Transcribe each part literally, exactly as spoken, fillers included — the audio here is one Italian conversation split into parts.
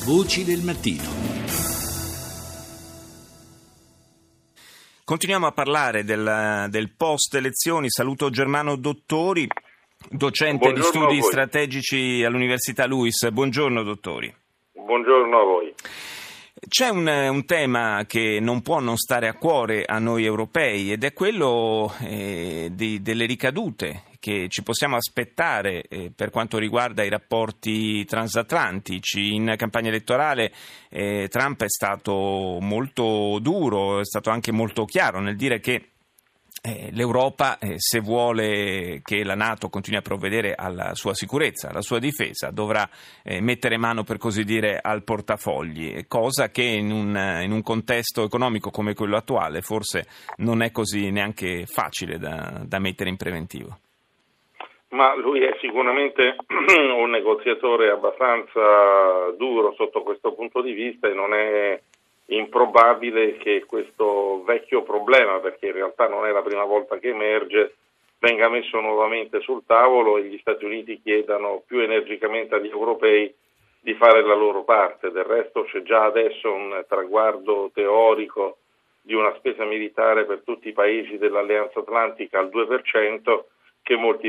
Voci del mattino. Continuiamo a parlare del, del post-elezioni. Saluto Germano Dottori, docente Buongiorno di studi strategici all'Università Luis. Buongiorno dottori. Buongiorno a voi. C'è un, un tema che non può non stare a cuore a noi europei ed è quello eh, di, delle ricadute che ci possiamo aspettare eh, per quanto riguarda i rapporti transatlantici. In campagna elettorale eh, Trump è stato molto duro, è stato anche molto chiaro nel dire che Eh, l'Europa, eh, se vuole che la NATO continui a provvedere alla sua sicurezza, alla sua difesa, dovrà eh, mettere mano, per così dire, al portafogli, cosa che in un, in un contesto economico come quello attuale forse non è così neanche facile da, da mettere in preventivo. Ma lui è sicuramente un negoziatore abbastanza duro sotto questo punto di vista e non è improbabile che questo vecchio problema, perché in realtà non è la prima volta che emerge, venga messo nuovamente sul tavolo e gli Stati Uniti chiedano più energicamente agli europei di fare la loro parte. Del resto c'è già adesso un traguardo teorico di una spesa militare per tutti i paesi dell'Alleanza Atlantica al due per cento che molti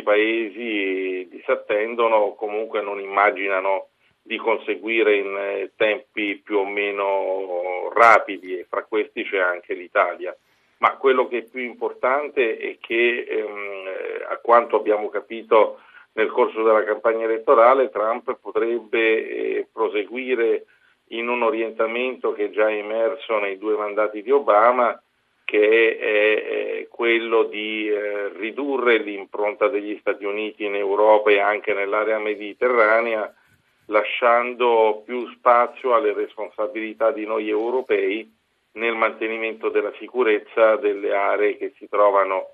paesi disattendono o comunque non immaginano di conseguire in tempi più o meno rapidi, e fra questi c'è anche l'Italia. Ma quello che è più importante è che, ehm, a quanto abbiamo capito nel corso della campagna elettorale, Trump potrebbe eh, proseguire in un orientamento che è già emerso nei due mandati di Obama, che è, è quello di eh, ridurre l'impronta degli Stati Uniti in Europa e anche nell'area mediterranea, lasciando più spazio alle responsabilità di noi europei nel mantenimento della sicurezza delle aree che si trovano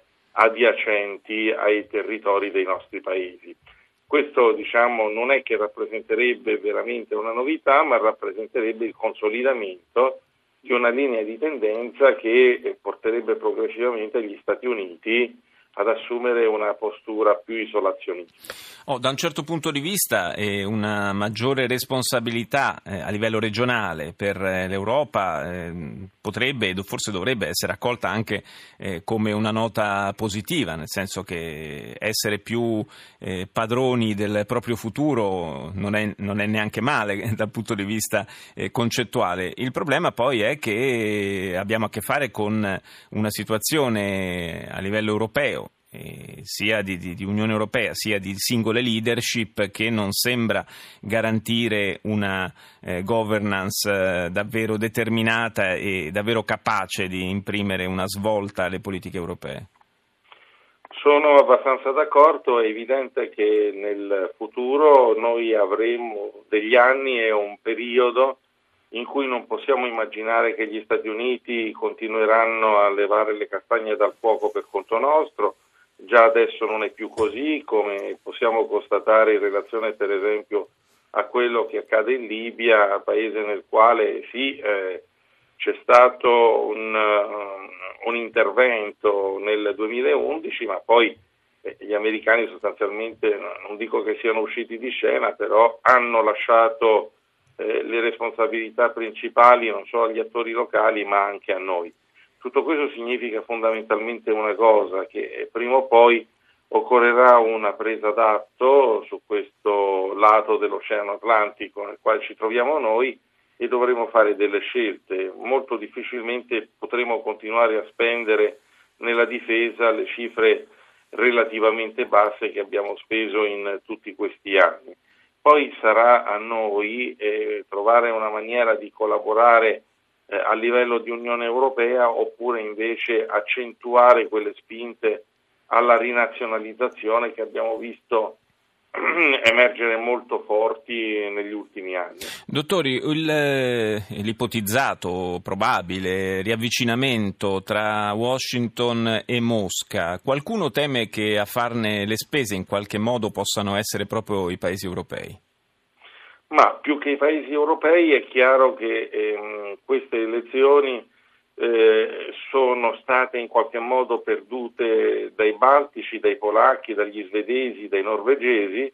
adiacenti ai territori dei nostri paesi. Questo, diciamo, non è che rappresenterebbe veramente una novità, ma rappresenterebbe il consolidamento di una linea di tendenza che porterebbe progressivamente gli Stati Uniti ad assumere una postura più isolazionista. Oh, da un certo punto di vista eh, una maggiore responsabilità eh, a livello regionale per eh, l'Europa eh, potrebbe e forse dovrebbe essere accolta anche eh, come una nota positiva, nel senso che essere più eh, padroni del proprio futuro non è, non è neanche male dal punto di vista eh, concettuale. Il problema poi è che abbiamo a che fare con una situazione a livello europeo, Eh, sia di, di, di Unione Europea sia di singole leadership, che non sembra garantire una eh, governance eh, davvero determinata e davvero capace di imprimere una svolta alle politiche europee. Sono abbastanza d'accordo, è evidente che nel futuro noi avremo degli anni e un periodo in cui non possiamo immaginare che gli Stati Uniti continueranno a levare le castagne dal fuoco per conto nostro. Già adesso non è più così, come possiamo constatare in relazione per esempio a quello che accade in Libia, paese nel quale sì, eh, c'è stato un, uh, un intervento nel duemilaundici, ma poi eh, gli americani sostanzialmente, non dico che siano usciti di scena, però hanno lasciato eh, le responsabilità principali non solo agli attori locali ma anche a noi. Tutto questo significa fondamentalmente una cosa, che prima o poi occorrerà una presa d'atto su questo lato dell'Oceano Atlantico nel quale ci troviamo noi e dovremo fare delle scelte. Molto difficilmente potremo continuare a spendere nella difesa le cifre relativamente basse che abbiamo speso in tutti questi anni. Poi sarà a noi eh, trovare una maniera di collaborare a livello di Unione Europea, oppure invece accentuare quelle spinte alla rinazionalizzazione che abbiamo visto emergere molto forti negli ultimi anni. Dottori, il, l'ipotizzato probabile riavvicinamento tra Washington e Mosca, qualcuno teme che a farne le spese in qualche modo possano essere proprio i paesi europei? Ma più che i paesi europei è chiaro che ehm, queste elezioni eh, sono state in qualche modo perdute dai baltici, dai polacchi, dagli svedesi, dai norvegesi,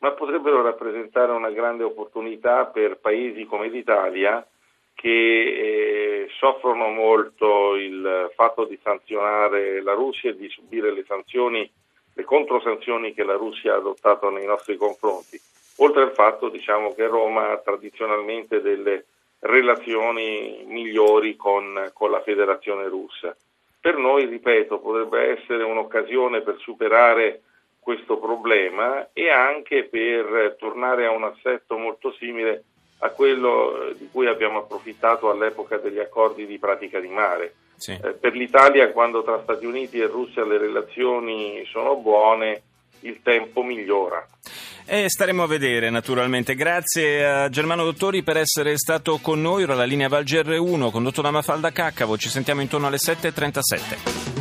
ma potrebbero rappresentare una grande opportunità per paesi come l'Italia, che eh, soffrono molto il fatto di sanzionare la Russia e di subire le sanzioni, le controsanzioni che la Russia ha adottato nei nostri confronti. Oltre al fatto, diciamo, che Roma ha tradizionalmente delle relazioni migliori con, con la Federazione Russa. Per noi, ripeto, potrebbe essere un'occasione per superare questo problema e anche per tornare a un assetto molto simile a quello di cui abbiamo approfittato all'epoca degli accordi di pratica di mare. Sì. Eh, per l'Italia, quando tra Stati Uniti e Russia le relazioni sono buone, il tempo migliora. E staremo a vedere, naturalmente. Grazie a Germano Dottori per essere stato con noi. Ora la linea va al G R uno condotto da Mafalda Caccavo. Ci sentiamo intorno alle sette e trentasette.